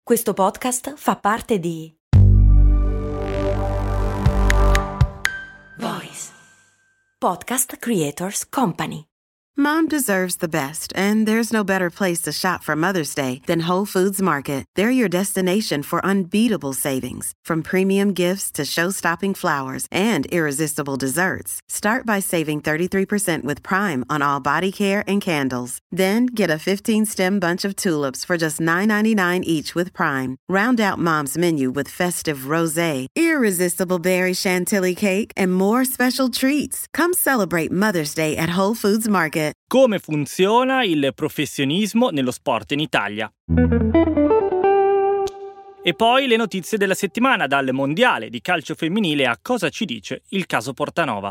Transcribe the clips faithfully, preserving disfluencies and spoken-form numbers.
Questo podcast fa parte di Voice Podcast Creators Company. Mom deserves the best, and there's no better place to shop for Mother's Day than Whole Foods Market. They're your destination for unbeatable savings, from premium gifts to show-stopping flowers and irresistible desserts. Start by saving thirty-three percent with Prime on all body care and candles. Then get a fifteen-stem bunch of tulips for just nine ninety-nine each with Prime. Round out Mom's menu with festive rosé, irresistible berry chantilly cake, and more special treats. Come celebrate Mother's Day at Whole Foods Market. Come funziona il professionismo nello sport in Italia? E poi le notizie della settimana, dal mondiale di calcio femminile a cosa ci dice il caso Portanova.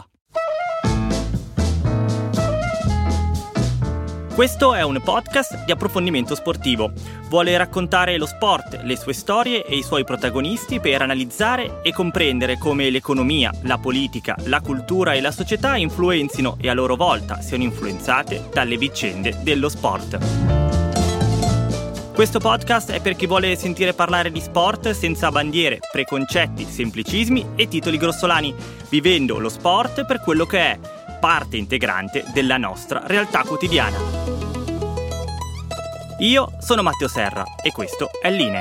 Questo è un podcast di approfondimento sportivo. Vuole raccontare lo sport, le sue storie e i suoi protagonisti per analizzare e comprendere come l'economia, la politica, la cultura e la società influenzino e a loro volta siano influenzate dalle vicende dello sport. Questo podcast è per chi vuole sentire parlare di sport senza bandiere, preconcetti, semplicismi e titoli grossolani, vivendo lo sport per quello che è, parte integrante della nostra realtà quotidiana. Io sono Matteo Serra e questo è Linee.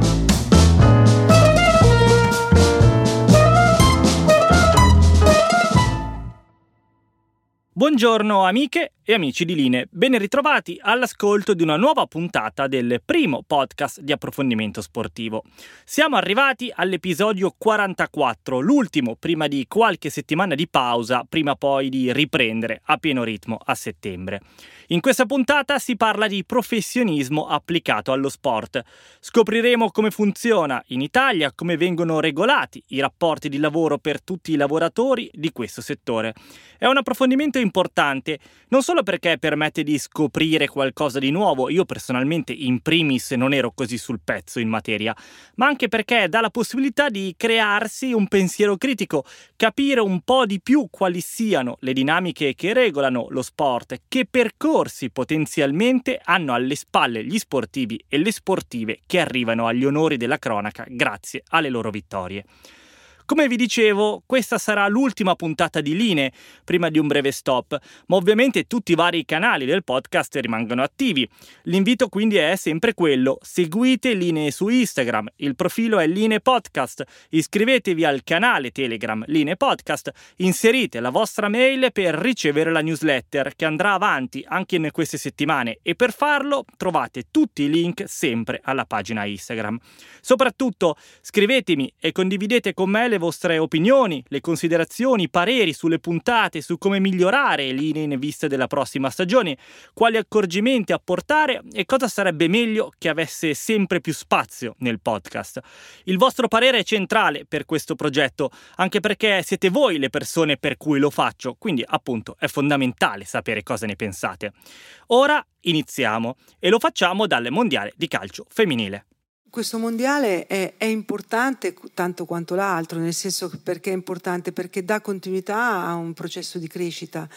Buongiorno amiche e amici di Linee, ben ritrovati all'ascolto di una nuova puntata del primo podcast di approfondimento sportivo. Siamo arrivati all'episodio quarantaquattro, l'ultimo prima di qualche settimana di pausa, prima poi di riprendere a pieno ritmo a settembre. In questa puntata si parla di professionismo applicato allo sport. Scopriremo come funziona in Italia, come vengono regolati i rapporti di lavoro per tutti i lavoratori di questo settore. È un approfondimento importante, non solo perché permette di scoprire qualcosa di nuovo, io personalmente in primis non ero così sul pezzo in materia, ma anche perché dà la possibilità di crearsi un pensiero critico, capire un po' di più quali siano le dinamiche che regolano lo sport, che percorsi potenzialmente hanno alle spalle gli sportivi e le sportive che arrivano agli onori della cronaca grazie alle loro vittorie. Come vi dicevo, questa sarà l'ultima puntata di Linee, prima di un breve stop, ma ovviamente tutti i vari canali del podcast rimangono attivi. L'invito quindi è sempre quello: seguite Linee su Instagram, il profilo è Linee Podcast, iscrivetevi al canale Telegram Linee Podcast, inserite la vostra mail per ricevere la newsletter che andrà avanti anche in queste settimane e per farlo trovate tutti i link sempre alla pagina Instagram. Soprattutto scrivetemi e condividete con me le vostre opinioni, le considerazioni, i pareri sulle puntate, su come migliorare Linee in vista della prossima stagione, quali accorgimenti apportare e cosa sarebbe meglio che avesse sempre più spazio nel podcast. Il vostro parere è centrale per questo progetto, anche perché siete voi le persone per cui lo faccio, quindi appunto è fondamentale sapere cosa ne pensate. Ora iniziamo e lo facciamo dal mondiale di calcio femminile. Questo mondiale è, è importante tanto quanto l'altro, nel senso che perché è importante? Perché dà continuità a un processo di crescita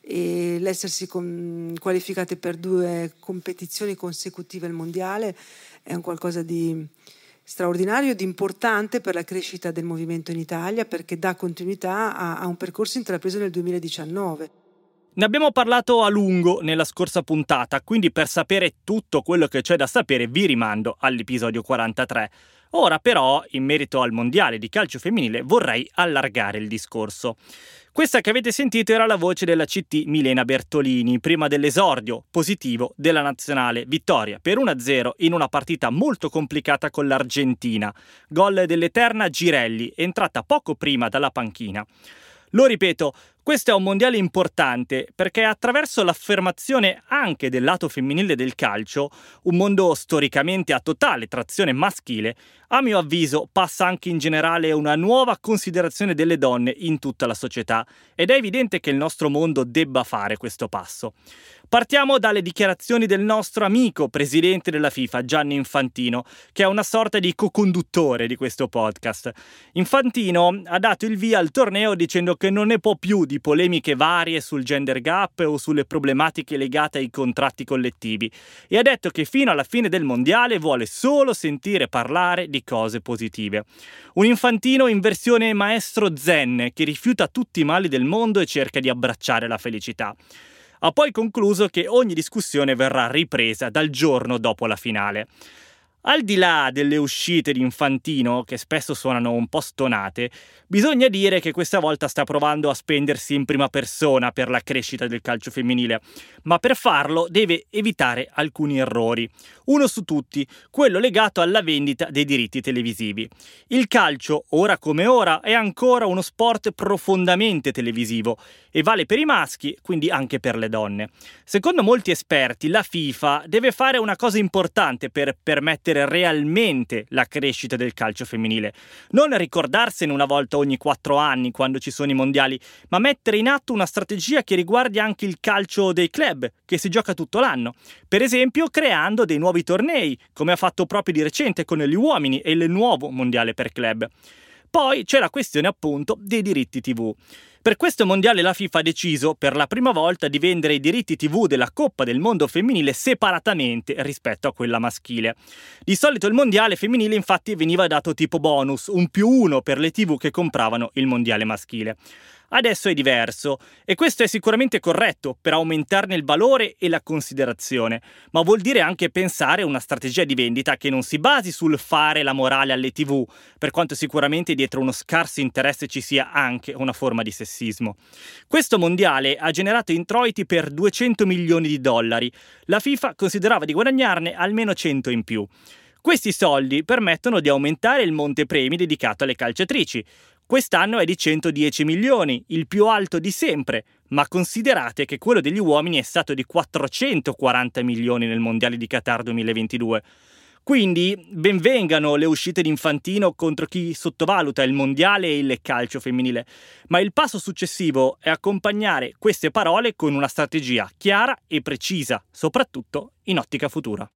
e l'essersi con, qualificate per due competizioni consecutive al mondiale è un qualcosa di straordinario, di importante per la crescita del movimento in Italia, perché dà continuità a, a un percorso intrapreso nel duemiladiciannove. Ne abbiamo parlato a lungo nella scorsa puntata, quindi per sapere tutto quello che c'è da sapere vi rimando all'episodio quarantatré. Ora però, in merito al mondiale di calcio femminile, vorrei allargare il discorso. Questa che avete sentito era la voce della C T Milena Bertolini, prima dell'esordio positivo della nazionale. Vittoria per uno a zero in una partita molto complicata con l'Argentina. Gol dell'eterna Girelli, entrata poco prima dalla panchina. Lo ripeto, questo è un mondiale importante perché attraverso l'affermazione anche del lato femminile del calcio, un mondo storicamente a totale trazione maschile, a mio avviso passa anche in generale una nuova considerazione delle donne in tutta la società ed è evidente che il nostro mondo debba fare questo passo. Partiamo dalle dichiarazioni del nostro amico presidente della FIFA, Gianni Infantino, che è una sorta di co-conduttore di questo podcast. Infantino ha dato il via al torneo dicendo che non ne può più di di polemiche varie sul gender gap o sulle problematiche legate ai contratti collettivi e ha detto che fino alla fine del mondiale vuole solo sentire parlare di cose positive. Un Infantino in versione maestro zen che rifiuta tutti i mali del mondo e cerca di abbracciare la felicità. Ha poi concluso che ogni discussione verrà ripresa dal giorno dopo la finale. Al di là delle uscite di Infantino, che spesso suonano un po' stonate, bisogna dire che questa volta sta provando a spendersi in prima persona per la crescita del calcio femminile, ma per farlo deve evitare alcuni errori. Uno su tutti, quello legato alla vendita dei diritti televisivi. Il calcio, ora come ora, è ancora uno sport profondamente televisivo e vale per i maschi, quindi anche per le donne. Secondo molti esperti, la FIFA deve fare una cosa importante per permettere realmente la crescita del calcio femminile. Non ricordarsene una volta ogni quattro anni quando ci sono i mondiali, ma mettere in atto una strategia che riguardi anche il calcio dei club, che si gioca tutto l'anno. Per esempio creando dei nuovi tornei, come ha fatto proprio di recente con gli uomini e il nuovo mondiale per club. Poi c'è la questione appunto dei diritti tivù. Per questo mondiale la FIFA ha deciso per la prima volta di vendere i diritti tivù della Coppa del Mondo femminile separatamente rispetto a quella maschile. Di solito il mondiale femminile infatti veniva dato tipo bonus, un più uno per le tivù che compravano il mondiale maschile. Adesso è diverso e questo è sicuramente corretto per aumentarne il valore e la considerazione, ma vuol dire anche pensare a una strategia di vendita che non si basi sul fare la morale alle tivù, per quanto sicuramente dietro uno scarso interesse ci sia anche una forma di sessismo. Questo mondiale ha generato introiti per duecento milioni di dollari, la FIFA considerava di guadagnarne almeno cento in più. Questi soldi permettono di aumentare il montepremi dedicato alle calciatrici. Quest'anno è di centodieci milioni, il più alto di sempre, ma considerate che quello degli uomini è stato di quattrocentoquaranta milioni nel Mondiale di Qatar duemilaventidue. Quindi benvengano le uscite di Infantino contro chi sottovaluta il mondiale e il calcio femminile, ma il passo successivo è accompagnare queste parole con una strategia chiara e precisa, soprattutto in ottica futura.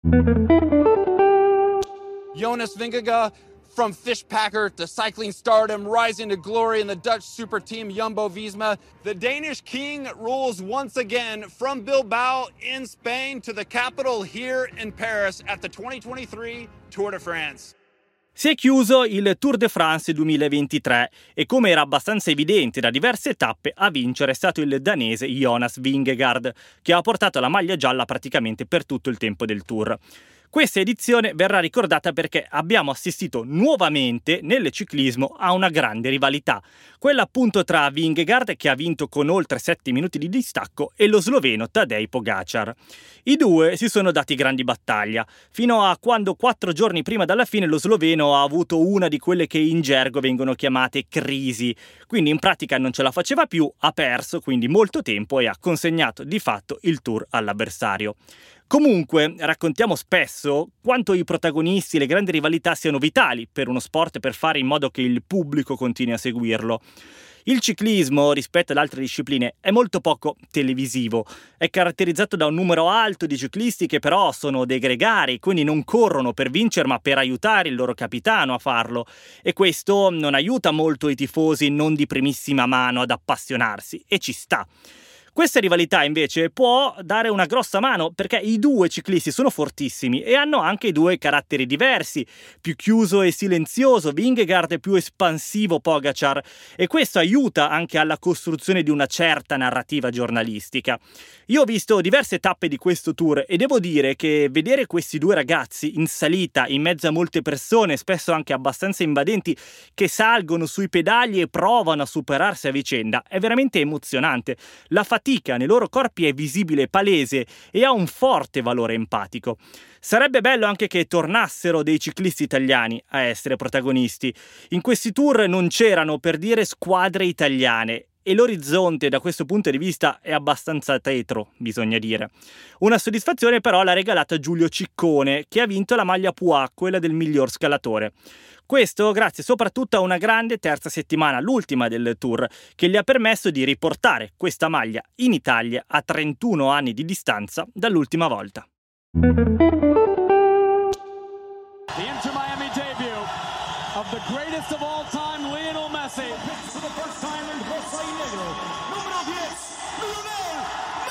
Jonas Vingegaard, from fish packer to cycling stardom, rising to glory in the Dutch super team Jumbo-Visma. The Danish king rules once again from Bilbao in Spain to the capital here in Paris at the twenty twenty-three Tour de France. Si è chiuso il Tour de France duemilaventitré e, come era abbastanza evidente da diverse tappe, a vincere è stato il danese Jonas Vingegaard, che ha portato la maglia gialla praticamente per tutto il tempo del Tour. Questa edizione verrà ricordata perché abbiamo assistito nuovamente nel ciclismo a una grande rivalità, quella appunto tra Vingegaard, che ha vinto con oltre sette minuti di distacco, e lo sloveno Tadej Pogačar. I due si sono dati grandi battaglia, fino a quando quattro giorni prima dalla fine lo sloveno ha avuto una di quelle che in gergo vengono chiamate crisi, quindi in pratica non ce la faceva più, ha perso quindi molto tempo e ha consegnato di fatto il Tour all'avversario. Comunque, raccontiamo spesso quanto i protagonisti e le grandi rivalità siano vitali per uno sport, per fare in modo che il pubblico continui a seguirlo. Il ciclismo, rispetto ad altre discipline, è molto poco televisivo. È caratterizzato da un numero alto di ciclisti che però sono dei gregari, quindi non corrono per vincere ma per aiutare il loro capitano a farlo. E questo non aiuta molto i tifosi non di primissima mano ad appassionarsi, e ci sta. Questa rivalità invece può dare una grossa mano perché i due ciclisti sono fortissimi e hanno anche due caratteri diversi, più chiuso e silenzioso Vingegaard e più espansivo Pogačar, e questo aiuta anche alla costruzione di una certa narrativa giornalistica. Io ho visto diverse tappe di questo tour e devo dire che vedere questi due ragazzi in salita in mezzo a molte persone, spesso anche abbastanza invadenti, che salgono sui pedagli e provano a superarsi a vicenda, è veramente emozionante. La fatica nei loro corpi è visibile e palese e ha un forte valore empatico. Sarebbe bello anche che tornassero dei ciclisti italiani a essere protagonisti. In questi tour non c'erano, per dire, squadre italiane, e l'orizzonte da questo punto di vista è abbastanza tetro, bisogna dire. Una soddisfazione però l'ha regalata Giulio Ciccone, che ha vinto la maglia Pua, quella del miglior scalatore. Questo grazie soprattutto a una grande terza settimana, l'ultima del Tour, che gli ha permesso di riportare questa maglia in Italia a trentuno anni di distanza dall'ultima volta. The Inter Miami debut of the greatest of all time, Lionel Messi. For the first time in Rosso y Negro, numero diez, Lionel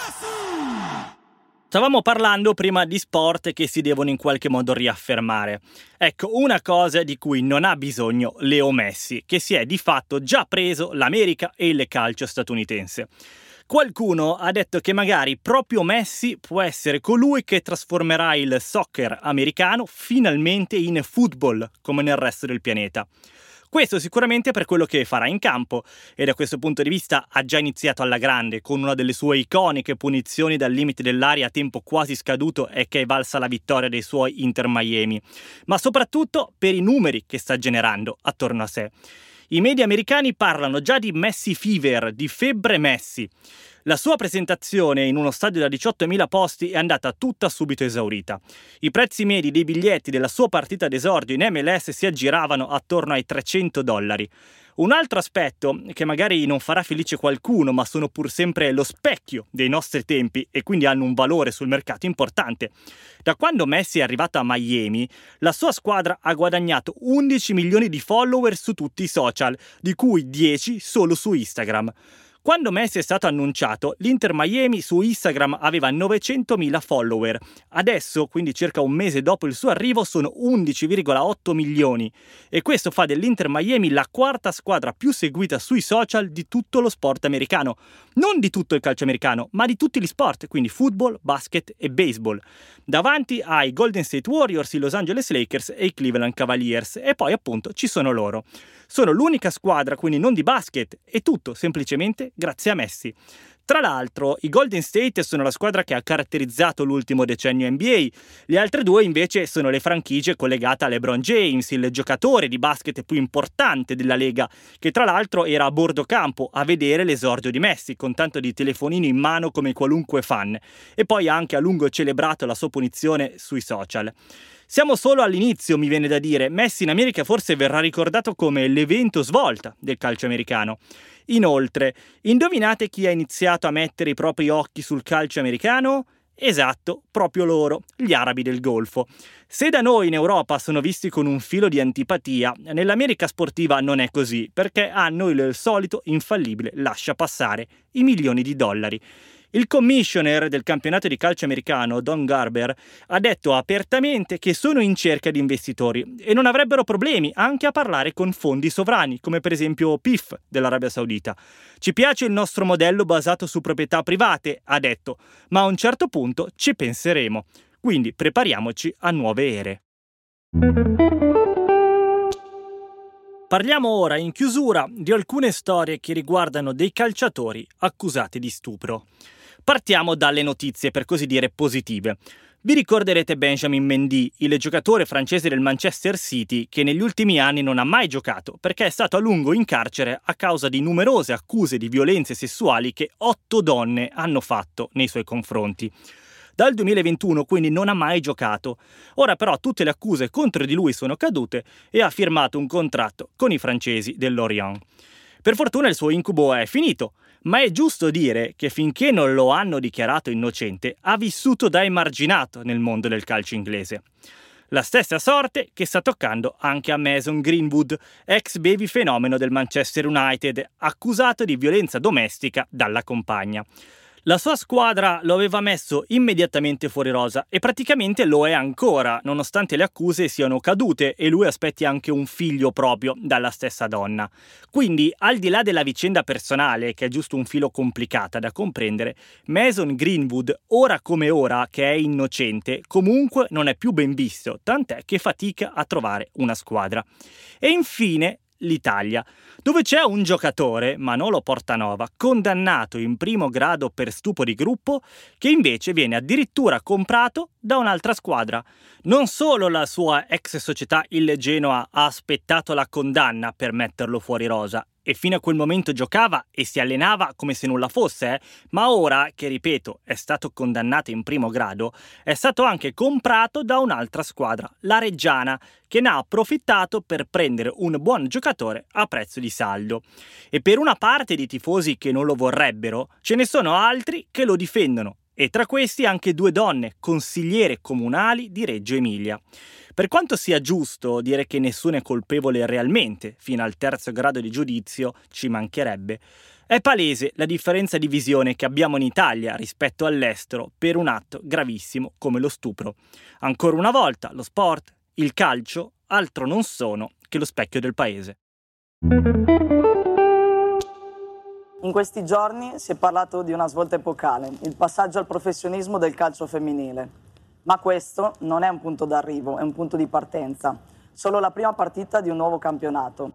Messi! Stavamo parlando prima di sport che si devono in qualche modo riaffermare. Ecco, una cosa di cui non ha bisogno Leo Messi, che si è di fatto già preso l'America e il calcio statunitense. Qualcuno ha detto che magari proprio Messi può essere colui che trasformerà il soccer americano finalmente in football, come nel resto del pianeta. Questo sicuramente per quello che farà in campo, e da questo punto di vista ha già iniziato alla grande, con una delle sue iconiche punizioni dal limite dell'area a tempo quasi scaduto e che è valsa la vittoria dei suoi Inter Miami, ma soprattutto per i numeri che sta generando attorno a sé. I media americani parlano già di Messi Fever, di febbre Messi. La sua presentazione in uno stadio da diciottomila posti è andata tutta subito esaurita. I prezzi medi dei biglietti della sua partita d'esordio in M L S si aggiravano attorno ai trecento dollari. Un altro aspetto, che magari non farà felice qualcuno, ma sono pur sempre lo specchio dei nostri tempi e quindi hanno un valore sul mercato importante. Da quando Messi è arrivato a Miami, la sua squadra ha guadagnato undici milioni di follower su tutti i social, di cui dieci solo su Instagram. Quando Messi è stato annunciato, l'Inter Miami su Instagram aveva novecentomila follower. Adesso, quindi circa un mese dopo il suo arrivo, sono undici virgola otto milioni. E questo fa dell'Inter Miami la quarta squadra più seguita sui social di tutto lo sport americano. Non di tutto il calcio americano, ma di tutti gli sport, quindi football, basket e baseball. Davanti ai Golden State Warriors, i Los Angeles Lakers e i Cleveland Cavaliers. E poi appunto ci sono loro. Sono l'unica squadra, quindi non di basket, e tutto semplicemente grazie a Messi. Tra l'altro, i Golden State sono la squadra che ha caratterizzato l'ultimo decennio N B A, le altre due invece sono le franchigie collegate a LeBron James, il giocatore di basket più importante della Lega, che tra l'altro era a bordo campo a vedere l'esordio di Messi, con tanto di telefonino in mano come qualunque fan, e poi ha anche a lungo celebrato la sua punizione sui social. Siamo solo all'inizio, mi viene da dire. Messi in America forse verrà ricordato come l'evento svolta del calcio americano. Inoltre, indovinate chi ha iniziato a mettere i propri occhi sul calcio americano? Esatto, proprio loro, gli arabi del Golfo. Se da noi in Europa sono visti con un filo di antipatia, nell'America sportiva non è così, perché hanno il solito infallibile lascia passare, i milioni di dollari. Il commissioner del campionato di calcio americano, Don Garber, ha detto apertamente che sono in cerca di investitori e non avrebbero problemi anche a parlare con fondi sovrani, come per esempio P I F dell'Arabia Saudita. Ci piace il nostro modello basato su proprietà private, ha detto, ma a un certo punto ci penseremo. Quindi prepariamoci a nuove ere. Parliamo ora in chiusura di alcune storie che riguardano dei calciatori accusati di stupro. Partiamo dalle notizie, per così dire, positive. Vi ricorderete Benjamin Mendy, il giocatore francese del Manchester City, che negli ultimi anni non ha mai giocato perché è stato a lungo in carcere a causa di numerose accuse di violenze sessuali che otto donne hanno fatto nei suoi confronti. Dal duemilaventuno quindi non ha mai giocato. Ora però tutte le accuse contro di lui sono cadute e ha firmato un contratto con i francesi del Lorient. Per fortuna il suo incubo è finito, ma è giusto dire che finché non lo hanno dichiarato innocente ha vissuto da emarginato nel mondo del calcio inglese. La stessa sorte che sta toccando anche a Mason Greenwood, ex baby fenomeno del Manchester United, accusato di violenza domestica dalla compagna. La sua squadra lo aveva messo immediatamente fuori rosa e praticamente lo è ancora, nonostante le accuse siano cadute e lui aspetti anche un figlio proprio dalla stessa donna. Quindi, al di là della vicenda personale, che è giusto un filo complicata da comprendere, Mason Greenwood, ora come ora che è innocente, comunque non è più ben visto, tant'è che fatica a trovare una squadra. E infine l'Italia, dove c'è un giocatore, Manolo Portanova, condannato in primo grado per stupro di gruppo, che invece viene addirittura comprato da un'altra squadra. Non solo la sua ex società, il Genoa, ha aspettato la condanna per metterlo fuori rosa, e fino a quel momento giocava e si allenava come se nulla fosse, eh? Ma ora, che ripeto, è stato condannato in primo grado, è stato anche comprato da un'altra squadra, la Reggiana, che ne ha approfittato per prendere un buon giocatore a prezzo di saldo. E per una parte di tifosi che non lo vorrebbero, ce ne sono altri che lo difendono, e tra questi anche due donne consigliere comunali di Reggio Emilia. Per quanto sia giusto dire che nessuno è colpevole realmente fino al terzo grado di giudizio, ci mancherebbe, è palese la differenza di visione che abbiamo in Italia rispetto all'estero per un atto gravissimo come lo stupro. Ancora una volta lo sport, il calcio, altro non sono che lo specchio del paese. In questi giorni si è parlato di una svolta epocale, il passaggio al professionismo del calcio femminile. Ma questo non è un punto d'arrivo, è un punto di partenza. Solo la prima partita di un nuovo campionato.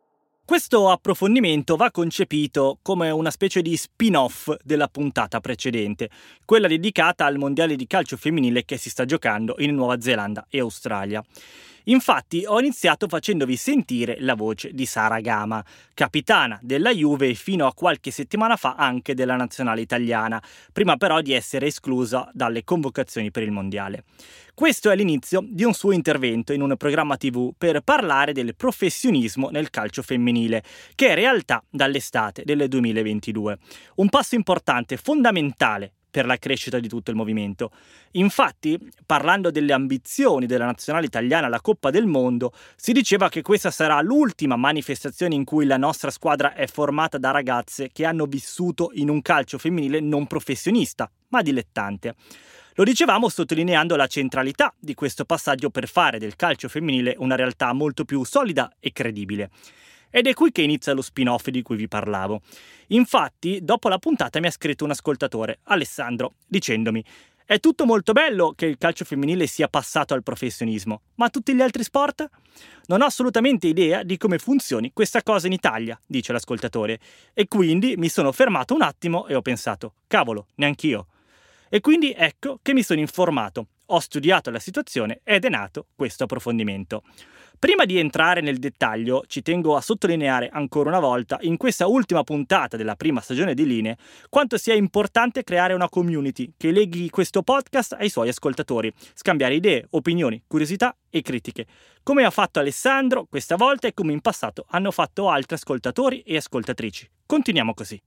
Questo approfondimento va concepito come una specie di spin-off della puntata precedente, quella dedicata al mondiale di calcio femminile che si sta giocando in Nuova Zelanda e Australia. Infatti ho iniziato facendovi sentire la voce di Sara Gama, capitana della Juve e fino a qualche settimana fa anche della nazionale italiana, prima però di essere esclusa dalle convocazioni per il mondiale. Questo è l'inizio di un suo intervento in un programma tivù per parlare del professionismo nel calcio femminile, che è realtà dall'estate del duemilaventidue. Un passo importante, fondamentale per la crescita di tutto il movimento. Infatti, parlando delle ambizioni della nazionale italiana alla Coppa del Mondo, si diceva che questa sarà l'ultima manifestazione in cui la nostra squadra è formata da ragazze che hanno vissuto in un calcio femminile non professionista, ma dilettante. Lo dicevamo sottolineando la centralità di questo passaggio per fare del calcio femminile una realtà molto più solida e credibile. Ed è qui che inizia lo spin-off di cui vi parlavo. Infatti, dopo la puntata mi ha scritto un ascoltatore, Alessandro, dicendomi: «È tutto molto bello che il calcio femminile sia passato al professionismo, ma tutti gli altri sport? Non ho assolutamente idea di come funzioni questa cosa in Italia», dice l'ascoltatore. E quindi mi sono fermato un attimo e ho pensato: «Cavolo, neanch'io». E quindi ecco che mi sono informato, ho studiato la situazione ed è nato questo approfondimento. Prima di entrare nel dettaglio, ci tengo a sottolineare ancora una volta, in questa ultima puntata della prima stagione di Linee, quanto sia importante creare una community che leghi questo podcast ai suoi ascoltatori, scambiare idee, opinioni, curiosità e critiche, come ha fatto Alessandro questa volta e come in passato hanno fatto altri ascoltatori e ascoltatrici. Continuiamo così.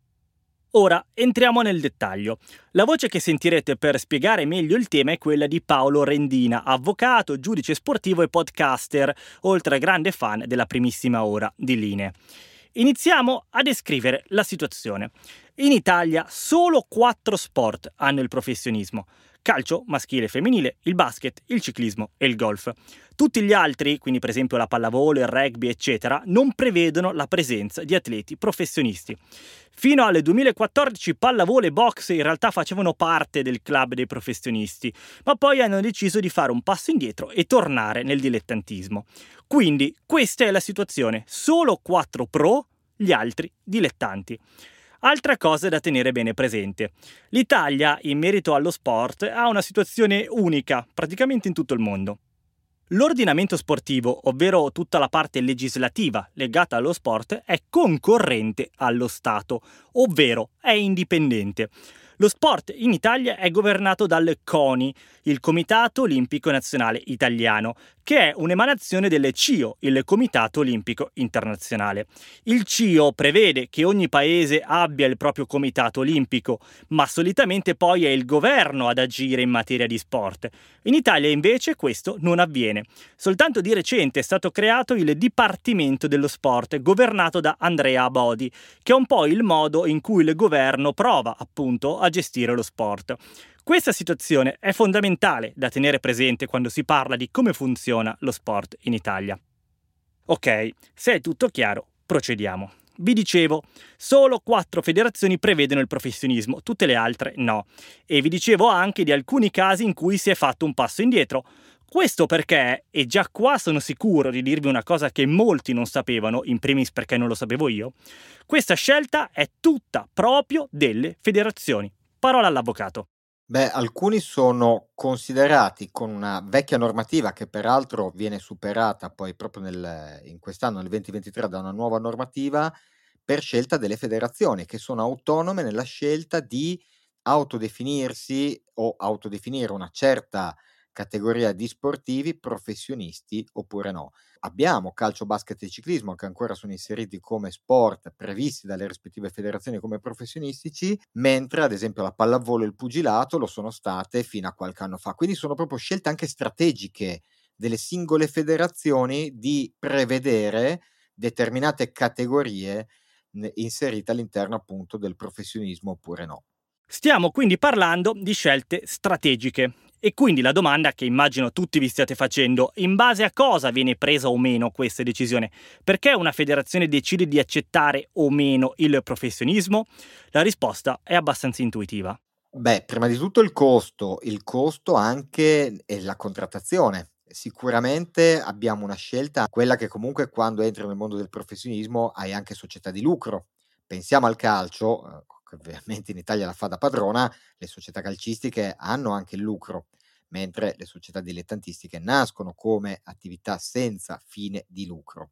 Ora entriamo nel dettaglio. La voce che sentirete per spiegare meglio il tema è quella di Paolo Rendina, avvocato, giudice sportivo e podcaster, oltre a grande fan della primissima ora di Linee. Iniziamo a descrivere la situazione. In Italia solo quattro sport hanno il professionismo: calcio maschile e femminile, il basket, il ciclismo e il golf. Tutti gli altri, quindi per esempio la pallavolo, il rugby, eccetera, non prevedono la presenza di atleti professionisti. Fino al duemilaquattordici pallavolo e box in realtà facevano parte del club dei professionisti, ma poi hanno deciso di fare un passo indietro e tornare nel dilettantismo. Quindi questa è la situazione: solo quattro pro, gli altri dilettanti. Altra cosa da tenere bene presente: l'Italia, in merito allo sport, ha una situazione unica praticamente in tutto il mondo. L'ordinamento sportivo, ovvero tutta la parte legislativa legata allo sport, è concorrente allo Stato, ovvero è indipendente. Lo sport in Italia è governato dal CONI, il Comitato Olimpico Nazionale Italiano, che è un'emanazione del C I O, il Comitato Olimpico Internazionale. Il C I O prevede che ogni paese abbia il proprio comitato olimpico, ma solitamente poi è il governo ad agire in materia di sport. In Italia invece questo non avviene. Soltanto di recente è stato creato il Dipartimento dello Sport, governato da Andrea Abodi, che è un po' il modo in cui il governo prova appunto a gestire lo sport. Questa situazione è fondamentale da tenere presente quando si parla di come funziona lo sport in Italia. Ok, se è tutto chiaro, procediamo. Vi dicevo, solo quattro federazioni prevedono il professionismo, tutte le altre no. E vi dicevo anche di alcuni casi in cui si è fatto un passo indietro. Questo perché, e già qua sono sicuro di dirvi una cosa che molti non sapevano, in primis perché non lo sapevo io, questa scelta è tutta proprio delle federazioni. Parola all'avvocato. Beh, alcuni sono considerati con una vecchia normativa che peraltro viene superata poi proprio nel, in quest'anno, nel duemilaventitré, da una nuova normativa per scelta delle federazioni che sono autonome nella scelta di autodefinirsi o autodefinire una certa categoria di sportivi professionisti oppure no. Abbiamo calcio, basket e ciclismo che ancora sono inseriti come sport previsti dalle rispettive federazioni come professionistici, mentre ad esempio la pallavolo e il pugilato lo sono state fino a qualche anno fa. Quindi sono proprio scelte anche strategiche delle singole federazioni di prevedere determinate categorie inserite all'interno appunto del professionismo oppure no. Stiamo quindi parlando di scelte strategiche. E quindi la domanda che immagino tutti vi stiate facendo: in base a cosa viene presa o meno questa decisione? Perché una federazione decide di accettare o meno il professionismo? La risposta è abbastanza intuitiva. Beh, prima di tutto il costo, il costo anche e la contrattazione. Sicuramente abbiamo una scelta, quella che comunque quando entri nel mondo del professionismo hai anche società di lucro. Pensiamo al calcio, eh, che ovviamente in Italia la fa da padrona, le società calcistiche hanno anche il lucro, mentre le società dilettantistiche nascono come attività senza fine di lucro.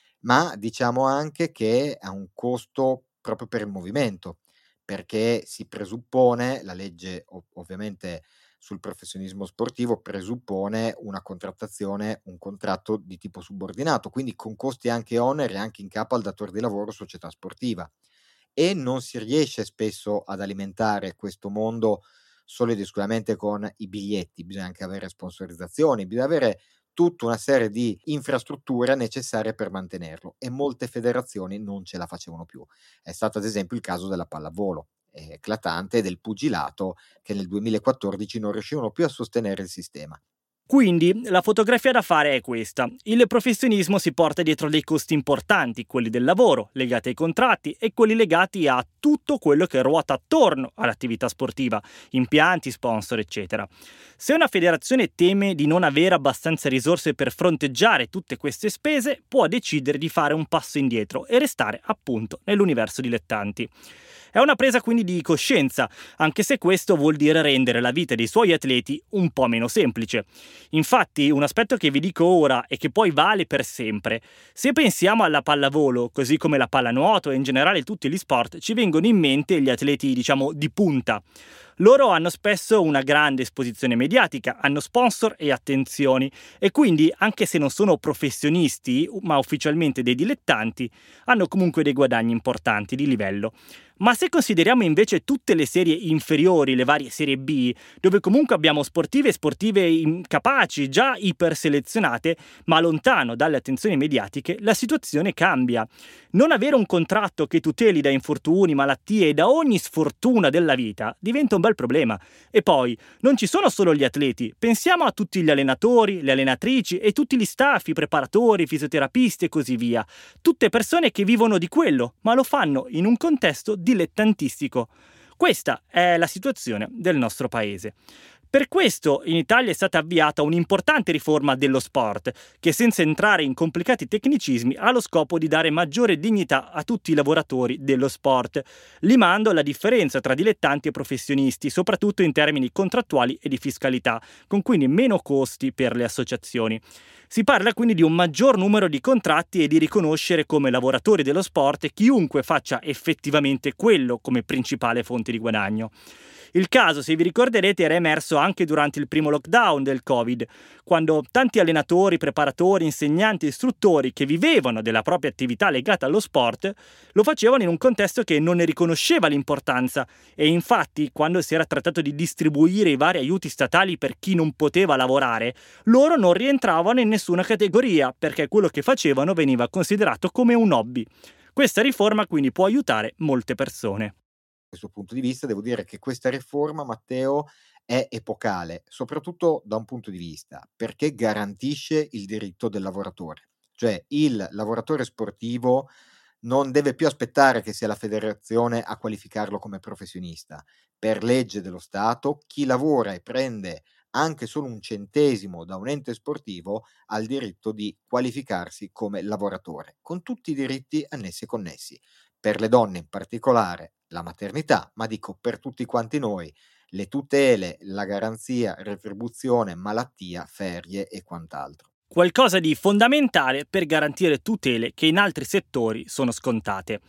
Ma diciamo anche che ha un costo proprio per il movimento, perché si presuppone, la legge ov- ovviamente sul professionismo sportivo presuppone una contrattazione, un contratto di tipo subordinato, quindi con costi anche oneri anche in capo al datore di lavoro società sportiva. E non si riesce spesso ad alimentare questo mondo solo ed esclusivamente con i biglietti, bisogna anche avere sponsorizzazioni, bisogna avere tutta una serie di infrastrutture necessarie per mantenerlo e molte federazioni non ce la facevano più. È stato ad esempio il caso della pallavolo, eh, eclatante, del pugilato, che nel duemilaquattordici non riuscivano più a sostenere il sistema. Quindi la fotografia da fare è questa: il professionismo si porta dietro dei costi importanti, quelli del lavoro, legati ai contratti, e quelli legati a tutto quello che ruota attorno all'attività sportiva, impianti, sponsor, eccetera. Se una federazione teme di non avere abbastanza risorse per fronteggiare tutte queste spese, può decidere di fare un passo indietro e restare appunto nell'universo dilettanti. È una presa quindi di coscienza, anche se questo vuol dire rendere la vita dei suoi atleti un po' meno semplice. Infatti, un aspetto che vi dico ora e che poi vale per sempre: se pensiamo alla pallavolo, così come la pallanuoto e in generale tutti gli sport, ci vengono in mente gli atleti, diciamo, di punta. Loro hanno spesso una grande esposizione mediatica, hanno sponsor e attenzioni, e quindi, anche se non sono professionisti, ma ufficialmente dei dilettanti, hanno comunque dei guadagni importanti di livello. Ma se consideriamo invece tutte le serie inferiori, le varie serie B, dove comunque abbiamo sportive e sportive capaci, già iperselezionate, ma lontano dalle attenzioni mediatiche, la situazione cambia. Non avere un contratto che tuteli da infortuni, malattie e da ogni sfortuna della vita diventa un bel problema. E poi, non ci sono solo gli atleti, pensiamo a tutti gli allenatori, le allenatrici e tutti gli staff, i preparatori, fisioterapisti e così via. Tutte persone che vivono di quello, ma lo fanno in un contesto dilettantistico. Questa è la situazione del nostro paese. Per questo in Italia è stata avviata un'importante riforma dello sport, che senza entrare in complicati tecnicismi ha lo scopo di dare maggiore dignità a tutti i lavoratori dello sport, limando la differenza tra dilettanti e professionisti, soprattutto in termini contrattuali e di fiscalità, con quindi meno costi per le associazioni. Si parla quindi di un maggior numero di contratti e di riconoscere come lavoratori dello sport chiunque faccia effettivamente quello come principale fonte di guadagno. Il caso, se vi ricorderete, era emerso anche durante il primo lockdown del Covid, quando tanti allenatori, preparatori, insegnanti e istruttori che vivevano della propria attività legata allo sport lo facevano in un contesto che non ne riconosceva l'importanza, e infatti quando si era trattato di distribuire i vari aiuti statali per chi non poteva lavorare, loro non rientravano in nessuna categoria perché quello che facevano veniva considerato come un hobby. Questa riforma quindi può aiutare molte persone. Da questo punto di vista devo dire che questa riforma, Matteo, è epocale, soprattutto da un punto di vista, perché garantisce il diritto del lavoratore. Cioè il lavoratore sportivo non deve più aspettare che sia la federazione a qualificarlo come professionista. Per legge dello Stato, chi lavora e prende anche solo un centesimo da un ente sportivo ha il diritto di qualificarsi come lavoratore, con tutti i diritti annessi e connessi. Per le donne in particolare la maternità, ma dico per tutti quanti noi, le tutele, la garanzia, retribuzione, malattia, ferie e quant'altro. Qualcosa di fondamentale per garantire tutele che in altri settori sono scontate.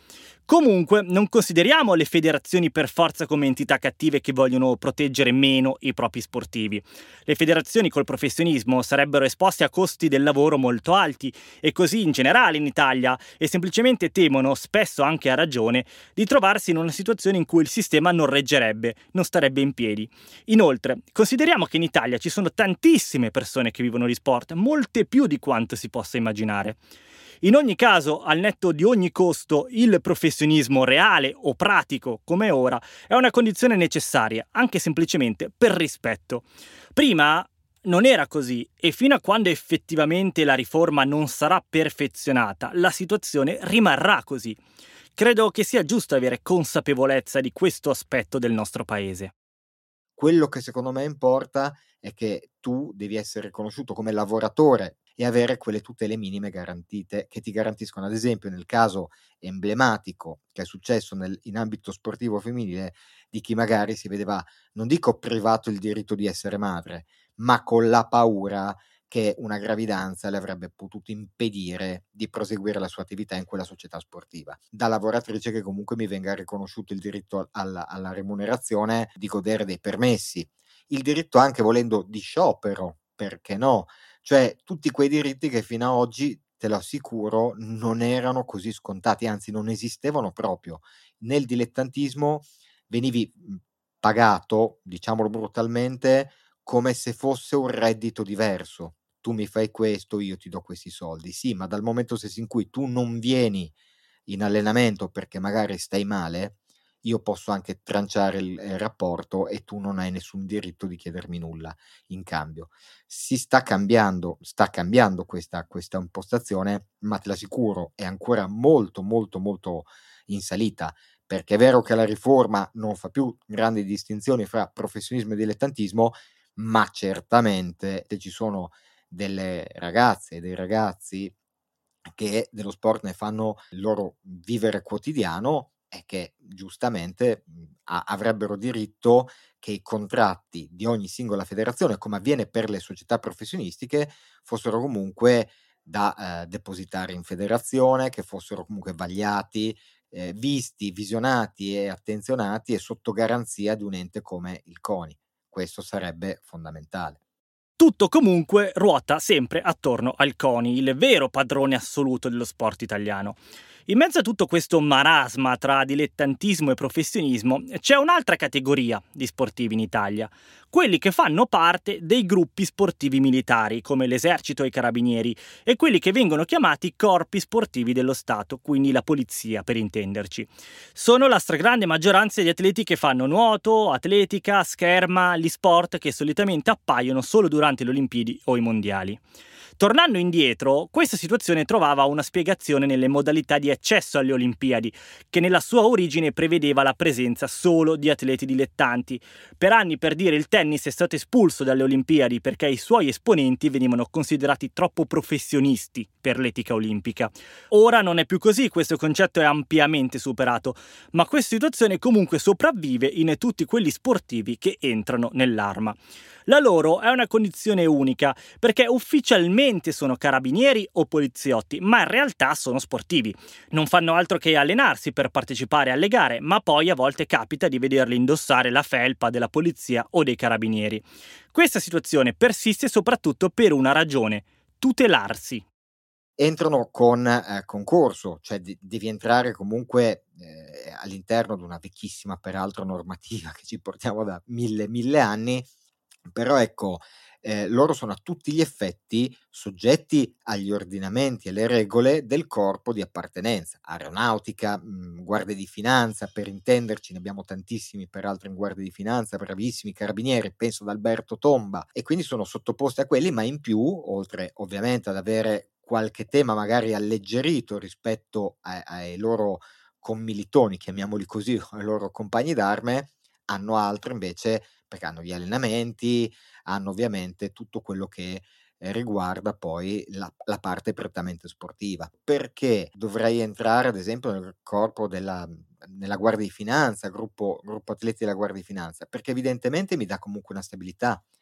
Comunque, non consideriamo le federazioni per forza come entità cattive che vogliono proteggere meno i propri sportivi. Le federazioni col professionismo sarebbero esposte a costi del lavoro molto alti e così in generale in Italia e semplicemente temono, spesso anche a ragione, di trovarsi in una situazione in cui il sistema non reggerebbe, non starebbe in piedi. Inoltre, consideriamo che in Italia ci sono tantissime persone che vivono di sport, molte più di quanto si possa immaginare. In ogni caso, al netto di ogni costo, il professionismo reale o pratico, come ora, è una condizione necessaria, anche semplicemente per rispetto. Prima non era così e fino a quando effettivamente la riforma non sarà perfezionata, la situazione rimarrà così. Credo che sia giusto avere consapevolezza di questo aspetto del nostro paese. Quello che secondo me importa è che tu devi essere riconosciuto come lavoratore e avere quelle tutele minime garantite, che ti garantiscono, ad esempio, nel caso emblematico che è successo nel, in ambito sportivo femminile, di chi magari si vedeva, non dico privato il diritto di essere madre, ma con la paura che una gravidanza le avrebbe potuto impedire di proseguire la sua attività in quella società sportiva. Da lavoratrice che comunque mi venga riconosciuto il diritto alla, alla remunerazione, di godere dei permessi, il diritto anche volendo di sciopero, perché no? Cioè tutti quei diritti che fino a oggi, te lo assicuro, non erano così scontati, anzi non esistevano proprio. Nel dilettantismo venivi pagato, diciamolo brutalmente, come se fosse un reddito diverso. Tu mi fai questo, io ti do questi soldi. Sì, ma dal momento stesso in cui tu non vieni in allenamento perché magari stai male, io posso anche tranciare il, il rapporto e tu non hai nessun diritto di chiedermi nulla in cambio. Si sta cambiando, sta cambiando questa, questa impostazione, ma te l'assicuro, è ancora molto, molto, molto in salita, perché è vero che la riforma non fa più grandi distinzioni fra professionismo e dilettantismo, ma certamente ci sono delle ragazze e dei ragazzi che dello sport ne fanno il loro vivere quotidiano e che giustamente mh, a- avrebbero diritto che i contratti di ogni singola federazione, come avviene per le società professionistiche, fossero comunque da eh, depositare in federazione, che fossero comunque vagliati, eh, visti, visionati e attenzionati e sotto garanzia di un ente come il CONI. Questo sarebbe fondamentale. Tutto comunque ruota sempre attorno al CONI, il vero padrone assoluto dello sport italiano. In mezzo a tutto questo marasma tra dilettantismo e professionismo c'è un'altra categoria di sportivi in Italia, quelli che fanno parte dei gruppi sportivi militari come l'esercito e i carabinieri e quelli che vengono chiamati corpi sportivi dello Stato, quindi la polizia per intenderci. Sono la stragrande maggioranza di atleti che fanno nuoto, atletica, scherma, gli sport che solitamente appaiono solo durante le Olimpiadi o i mondiali. Tornando indietro, questa situazione trovava una spiegazione nelle modalità di accesso alle Olimpiadi, che nella sua origine prevedeva la presenza solo di atleti dilettanti. Per anni, per dire, il tennis è stato espulso dalle Olimpiadi perché i suoi esponenti venivano considerati troppo professionisti per l'etica olimpica. Ora non è più così, questo concetto è ampiamente superato, ma questa situazione comunque sopravvive in tutti quelli sportivi che entrano nell'arma. La loro è una condizione unica, perché ufficialmente sono carabinieri o poliziotti, ma in realtà sono sportivi. Non fanno altro che allenarsi per partecipare alle gare, ma poi a volte capita di vederli indossare la felpa della polizia o dei carabinieri. Questa situazione persiste soprattutto per una ragione: tutelarsi. Entrano con eh, concorso, cioè de- devi entrare comunque eh, all'interno di una vecchissima, peraltro, normativa che ci portiamo da mille, mille anni. Però ecco, eh, loro sono a tutti gli effetti soggetti agli ordinamenti e alle regole del corpo di appartenenza, aeronautica, mh, guardia di finanza, per intenderci, ne abbiamo tantissimi peraltro in guardia di finanza, bravissimi carabinieri, penso ad Alberto Tomba, e quindi sono sottoposti a quelli, ma in più, oltre ovviamente ad avere qualche tema magari alleggerito rispetto a- ai loro commilitoni, chiamiamoli così, ai loro compagni d'arme, hanno altro invece, perché hanno gli allenamenti, hanno ovviamente tutto quello che eh, riguarda poi la, la parte prettamente sportiva. Perché dovrei entrare, ad esempio, nel corpo della nella Guardia di Finanza, gruppo, gruppo atleti della Guardia di Finanza? Perché evidentemente mi dà comunque una stabilità,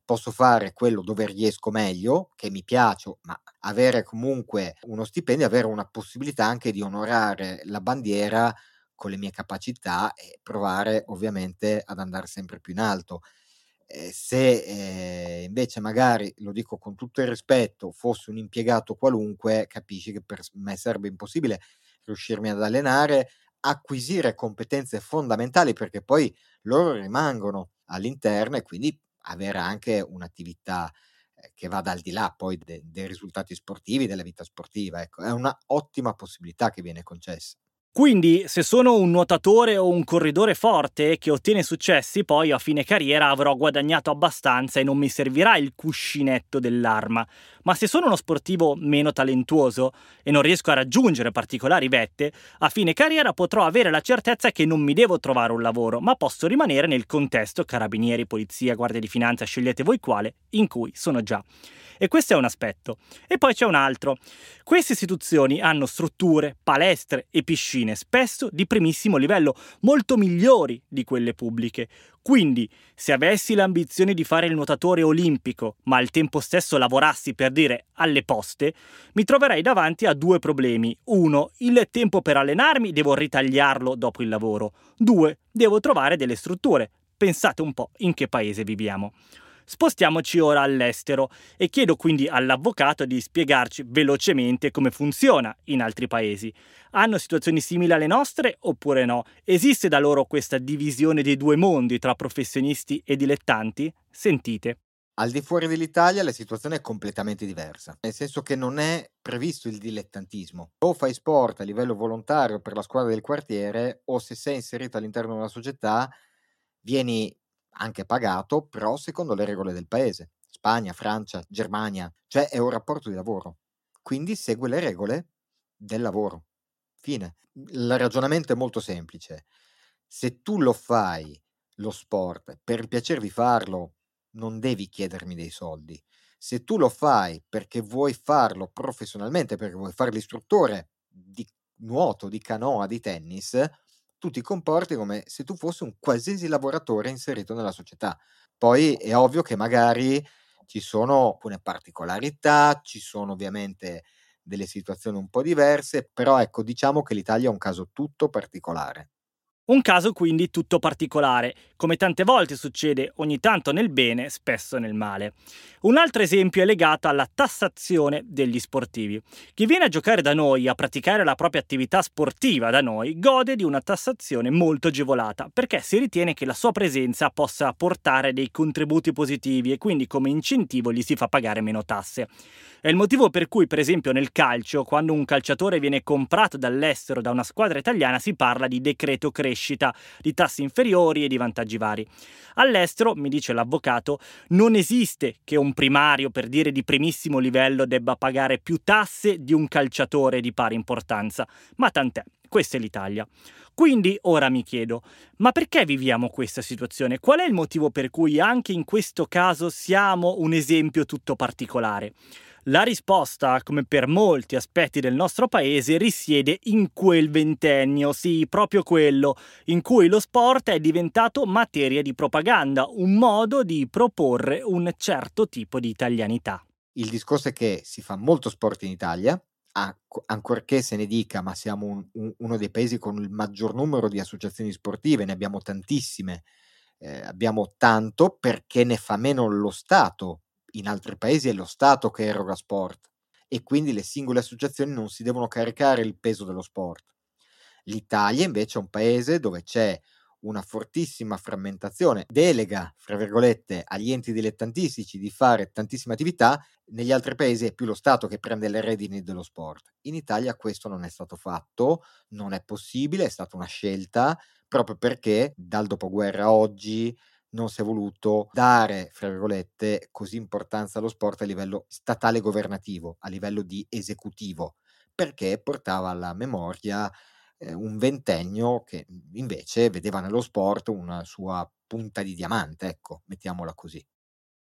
posso fare quello dove riesco meglio, che mi piace, ma avere comunque uno stipendio, avere una possibilità anche di onorare la bandiera con le mie capacità e provare ovviamente ad andare sempre più in alto. Eh, se eh, invece magari, lo dico con tutto il rispetto, fossi un impiegato qualunque, capisci che per me sarebbe impossibile riuscirmi ad allenare, acquisire competenze fondamentali, perché poi loro rimangono all'interno, e quindi avere anche un'attività eh, che vada al di là poi de- dei risultati sportivi, della vita sportiva. Ecco, è una ottima possibilità che viene concessa. Quindi, se sono un nuotatore o un corridore forte che ottiene successi, poi a fine carriera avrò guadagnato abbastanza e non mi servirà il cuscinetto dell'arma. Ma se sono uno sportivo meno talentuoso e non riesco a raggiungere particolari vette, a fine carriera potrò avere la certezza che non mi devo trovare un lavoro, ma posso rimanere nel contesto carabinieri, polizia, guardia di finanza, scegliete voi quale, in cui sono già. E questo è un aspetto. E poi c'è un altro. Queste istituzioni hanno strutture, palestre e piscine, spesso di primissimo livello, molto migliori di quelle pubbliche. Quindi, se avessi l'ambizione di fare il nuotatore olimpico, ma al tempo stesso lavorassi, per dire, alle poste, mi troverei davanti a due problemi. Uno, il tempo per allenarmi devo ritagliarlo dopo il lavoro. Due, devo trovare delle strutture. Pensate un po' in che paese viviamo. Spostiamoci ora all'estero e chiedo quindi all'avvocato di spiegarci velocemente come funziona in altri paesi. Hanno situazioni simili alle nostre oppure no? Esiste da loro questa divisione dei due mondi tra professionisti e dilettanti? Sentite. Al di fuori dell'Italia la situazione è completamente diversa, nel senso che non è previsto il dilettantismo. O fai sport a livello volontario per la squadra del quartiere, o se sei inserito all'interno di una società vieni anche pagato, però secondo le regole del paese. Spagna, Francia, Germania, cioè è un rapporto di lavoro. Quindi segue le regole del lavoro. Fine. Il ragionamento è molto semplice. Se tu lo fai, lo sport, per il piacere di farlo, non devi chiedermi dei soldi. Se tu lo fai perché vuoi farlo professionalmente, perché vuoi fare l'istruttore di nuoto, di canoa, di tennis, tu ti comporti come se tu fossi un qualsiasi lavoratore inserito nella società. Poi è ovvio che magari ci sono alcune particolarità, ci sono ovviamente delle situazioni un po' diverse, però ecco, diciamo che l'Italia è un caso tutto particolare. Un caso quindi tutto particolare, come tante volte succede, ogni tanto nel bene, spesso nel male. Un altro esempio è legato alla tassazione degli sportivi. Chi viene a giocare da noi, a praticare la propria attività sportiva da noi, gode di una tassazione molto agevolata, perché si ritiene che la sua presenza possa portare dei contributi positivi e quindi come incentivo gli si fa pagare meno tasse. È il motivo per cui, per esempio, nel calcio, quando un calciatore viene comprato dall'estero da una squadra italiana, si parla di decreto crescita, di tassi inferiori e di vantaggi vari. All'estero, mi dice l'avvocato, non esiste che un primario, per dire di primissimo livello, debba pagare più tasse di un calciatore di pari importanza. Ma tant'è, questa è l'Italia. Quindi ora mi chiedo, ma perché viviamo questa situazione? Qual è il motivo per cui anche in questo caso siamo un esempio tutto particolare? La risposta, come per molti aspetti del nostro paese, risiede in quel ventennio, sì, proprio quello, in cui lo sport è diventato materia di propaganda, un modo di proporre un certo tipo di italianità. Il discorso è che si fa molto sport in Italia, ancorché se ne dica, ma siamo un, un, uno dei paesi con il maggior numero di associazioni sportive, ne abbiamo tantissime, eh, abbiamo tanto perché ne fa meno lo Stato. In altri paesi è lo Stato che eroga sport e quindi le singole associazioni non si devono caricare il peso dello sport. L'Italia invece è un paese dove c'è una fortissima frammentazione, delega, fra virgolette, agli enti dilettantistici di fare tantissime attività. Negli altri paesi è più lo Stato che prende le redini dello sport. In Italia questo non è stato fatto, non è possibile, è stata una scelta, proprio perché dal dopoguerra a oggi non si è voluto dare, fra virgolette, così importanza allo sport a livello statale governativo, a livello di esecutivo, perché portava alla memoria eh, un ventennio che invece vedeva nello sport una sua punta di diamante, ecco, mettiamola così.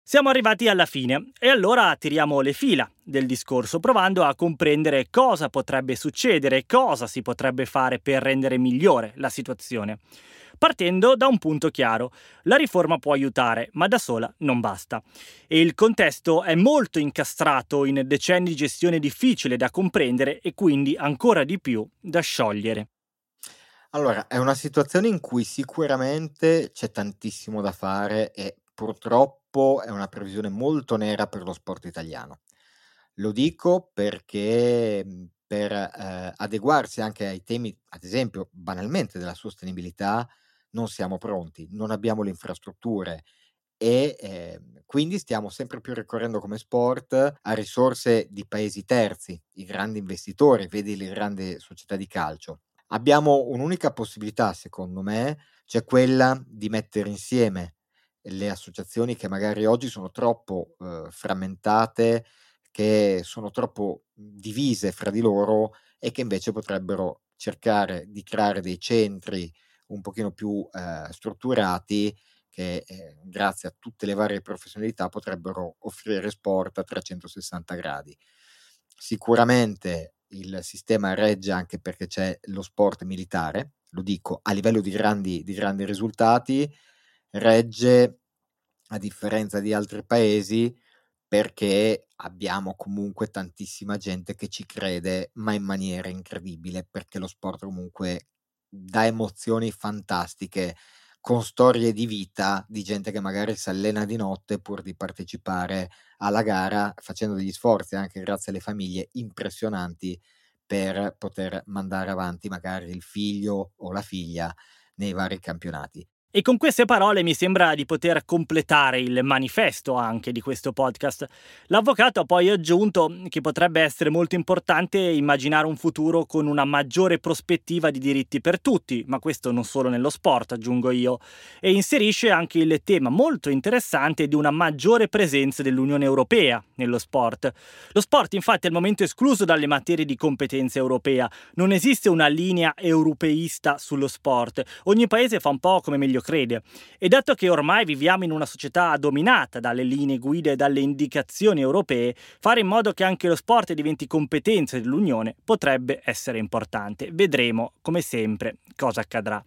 Siamo arrivati alla fine e allora tiriamo le fila del discorso provando a comprendere cosa potrebbe succedere, cosa si potrebbe fare per rendere migliore la situazione. Partendo da un punto chiaro: la riforma può aiutare, ma da sola non basta. E il contesto è molto incastrato in decenni di gestione difficile da comprendere e quindi ancora di più da sciogliere. Allora, è una situazione in cui sicuramente c'è tantissimo da fare e purtroppo è una previsione molto nera per lo sport italiano. Lo dico perché mh, per eh, adeguarsi anche ai temi, ad esempio, banalmente della sostenibilità, non siamo pronti, non abbiamo le infrastrutture e eh, quindi stiamo sempre più ricorrendo come sport a risorse di paesi terzi, i grandi investitori, vedi le grandi società di calcio. Abbiamo un'unica possibilità, secondo me, cioè quella di mettere insieme le associazioni che magari oggi sono troppo eh, frammentate, che sono troppo divise fra di loro e che invece potrebbero cercare di creare dei centri un pochino più eh, strutturati che eh, grazie a tutte le varie professionalità potrebbero offrire sport a trecentosessanta gradi. Sicuramente il sistema regge anche perché c'è lo sport militare, lo dico, a livello di grandi, di grandi risultati, regge a differenza di altri paesi perché abbiamo comunque tantissima gente che ci crede, ma in maniera incredibile, perché lo sport comunque dà emozioni fantastiche, con storie di vita di gente che magari si allena di notte pur di partecipare alla gara, facendo degli sforzi anche grazie alle famiglie impressionanti per poter mandare avanti magari il figlio o la figlia nei vari campionati. E con queste parole mi sembra di poter completare il manifesto anche di questo podcast. L'avvocato ha poi aggiunto che potrebbe essere molto importante immaginare un futuro con una maggiore prospettiva di diritti per tutti, ma questo non solo nello sport, aggiungo io, e inserisce anche il tema molto interessante di una maggiore presenza dell'Unione Europea nello sport. Lo sport infatti è al momento escluso dalle materie di competenza europea, non esiste una linea europeista sullo sport, ogni paese fa un po' come meglio crede. E dato che ormai viviamo in una società dominata dalle linee guida e dalle indicazioni europee, fare in modo che anche lo sport diventi competenza dell'Unione potrebbe essere importante. Vedremo, come sempre, cosa accadrà.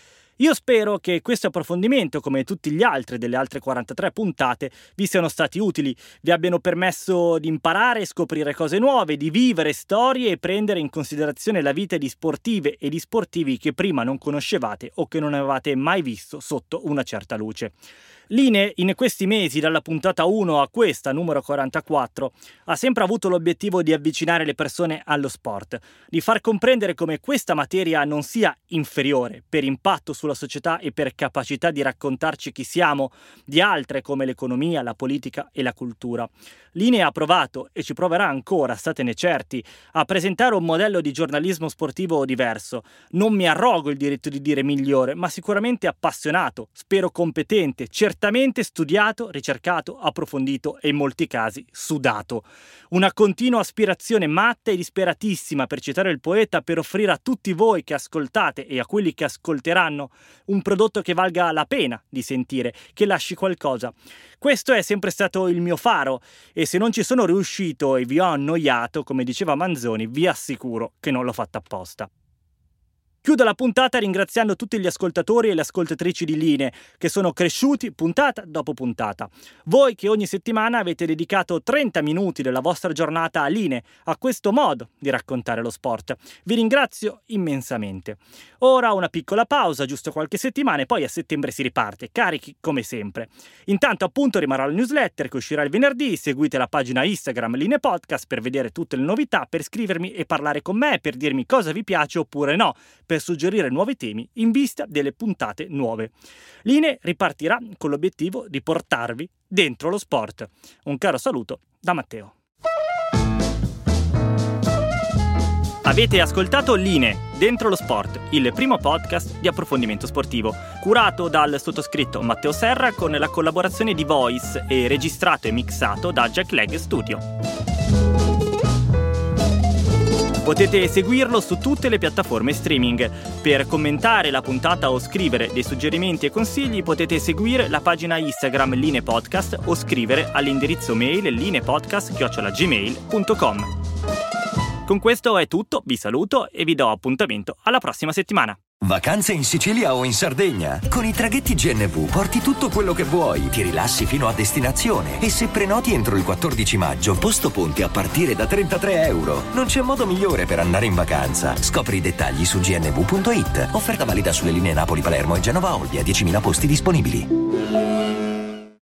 Io spero che questo approfondimento, come tutti gli altri delle altre quarantatré puntate, vi siano stati utili, vi abbiano permesso di imparare e scoprire cose nuove, di vivere storie e prendere in considerazione la vita di sportive e di sportivi che prima non conoscevate o che non avevate mai visto sotto una certa luce. Line, in questi mesi, dalla puntata uno a questa, numero quarantaquattro, ha sempre avuto l'obiettivo di avvicinare le persone allo sport, di far comprendere come questa materia non sia inferiore per impatto sulla società e per capacità di raccontarci chi siamo, di altre come l'economia, la politica e la cultura. Line ha provato, e ci proverà ancora, statene certi, a presentare un modello di giornalismo sportivo diverso. Non mi arrogo il diritto di dire migliore, ma sicuramente appassionato, spero competente, certamente studiato, ricercato, approfondito e in molti casi sudato. Una continua aspirazione matta e disperatissima, per citare il poeta, per offrire a tutti voi che ascoltate e a quelli che ascolteranno un prodotto che valga la pena di sentire, che lasci qualcosa. Questo è sempre stato il mio faro e se non ci sono riuscito e vi ho annoiato, come diceva Manzoni, vi assicuro che non l'ho fatta apposta. Chiudo la puntata ringraziando tutti gli ascoltatori e le ascoltatrici di Line che sono cresciuti puntata dopo puntata. Voi che ogni settimana avete dedicato trenta minuti della vostra giornata a Line, a questo modo di raccontare lo sport. Vi ringrazio immensamente. Ora una piccola pausa, giusto qualche settimana e poi a settembre si riparte, carichi come sempre. Intanto appunto rimarrà la newsletter che uscirà il venerdì, seguite la pagina Instagram Line Podcast per vedere tutte le novità, per scrivermi e parlare con me, per dirmi cosa vi piace oppure no, per suggerire nuovi temi in vista delle puntate nuove. Line ripartirà con l'obiettivo di portarvi dentro lo sport. Un caro saluto da Matteo. Avete ascoltato Line, Dentro lo Sport, il primo podcast di approfondimento sportivo, curato dal sottoscritto Matteo Serra con la collaborazione di Voice e registrato e mixato da Jack Leg Studio. Potete seguirlo su tutte le piattaforme streaming. Per commentare la puntata o scrivere dei suggerimenti e consigli potete seguire la pagina Instagram Linee Podcast o scrivere all'indirizzo mail lineepodcast chiocciola gmail punto com. Con questo è tutto, vi saluto e vi do appuntamento alla prossima settimana. Vacanze in Sicilia o in Sardegna? Con i traghetti G N V porti tutto quello che vuoi, ti rilassi fino a destinazione e se prenoti entro il quattordici maggio, posto ponti a partire da trentatré euro. Non c'è modo migliore per andare in vacanza. Scopri i dettagli su g n v punto i t. Offerta valida sulle linee Napoli-Palermo e Genova-Olbia, diecimila posti disponibili.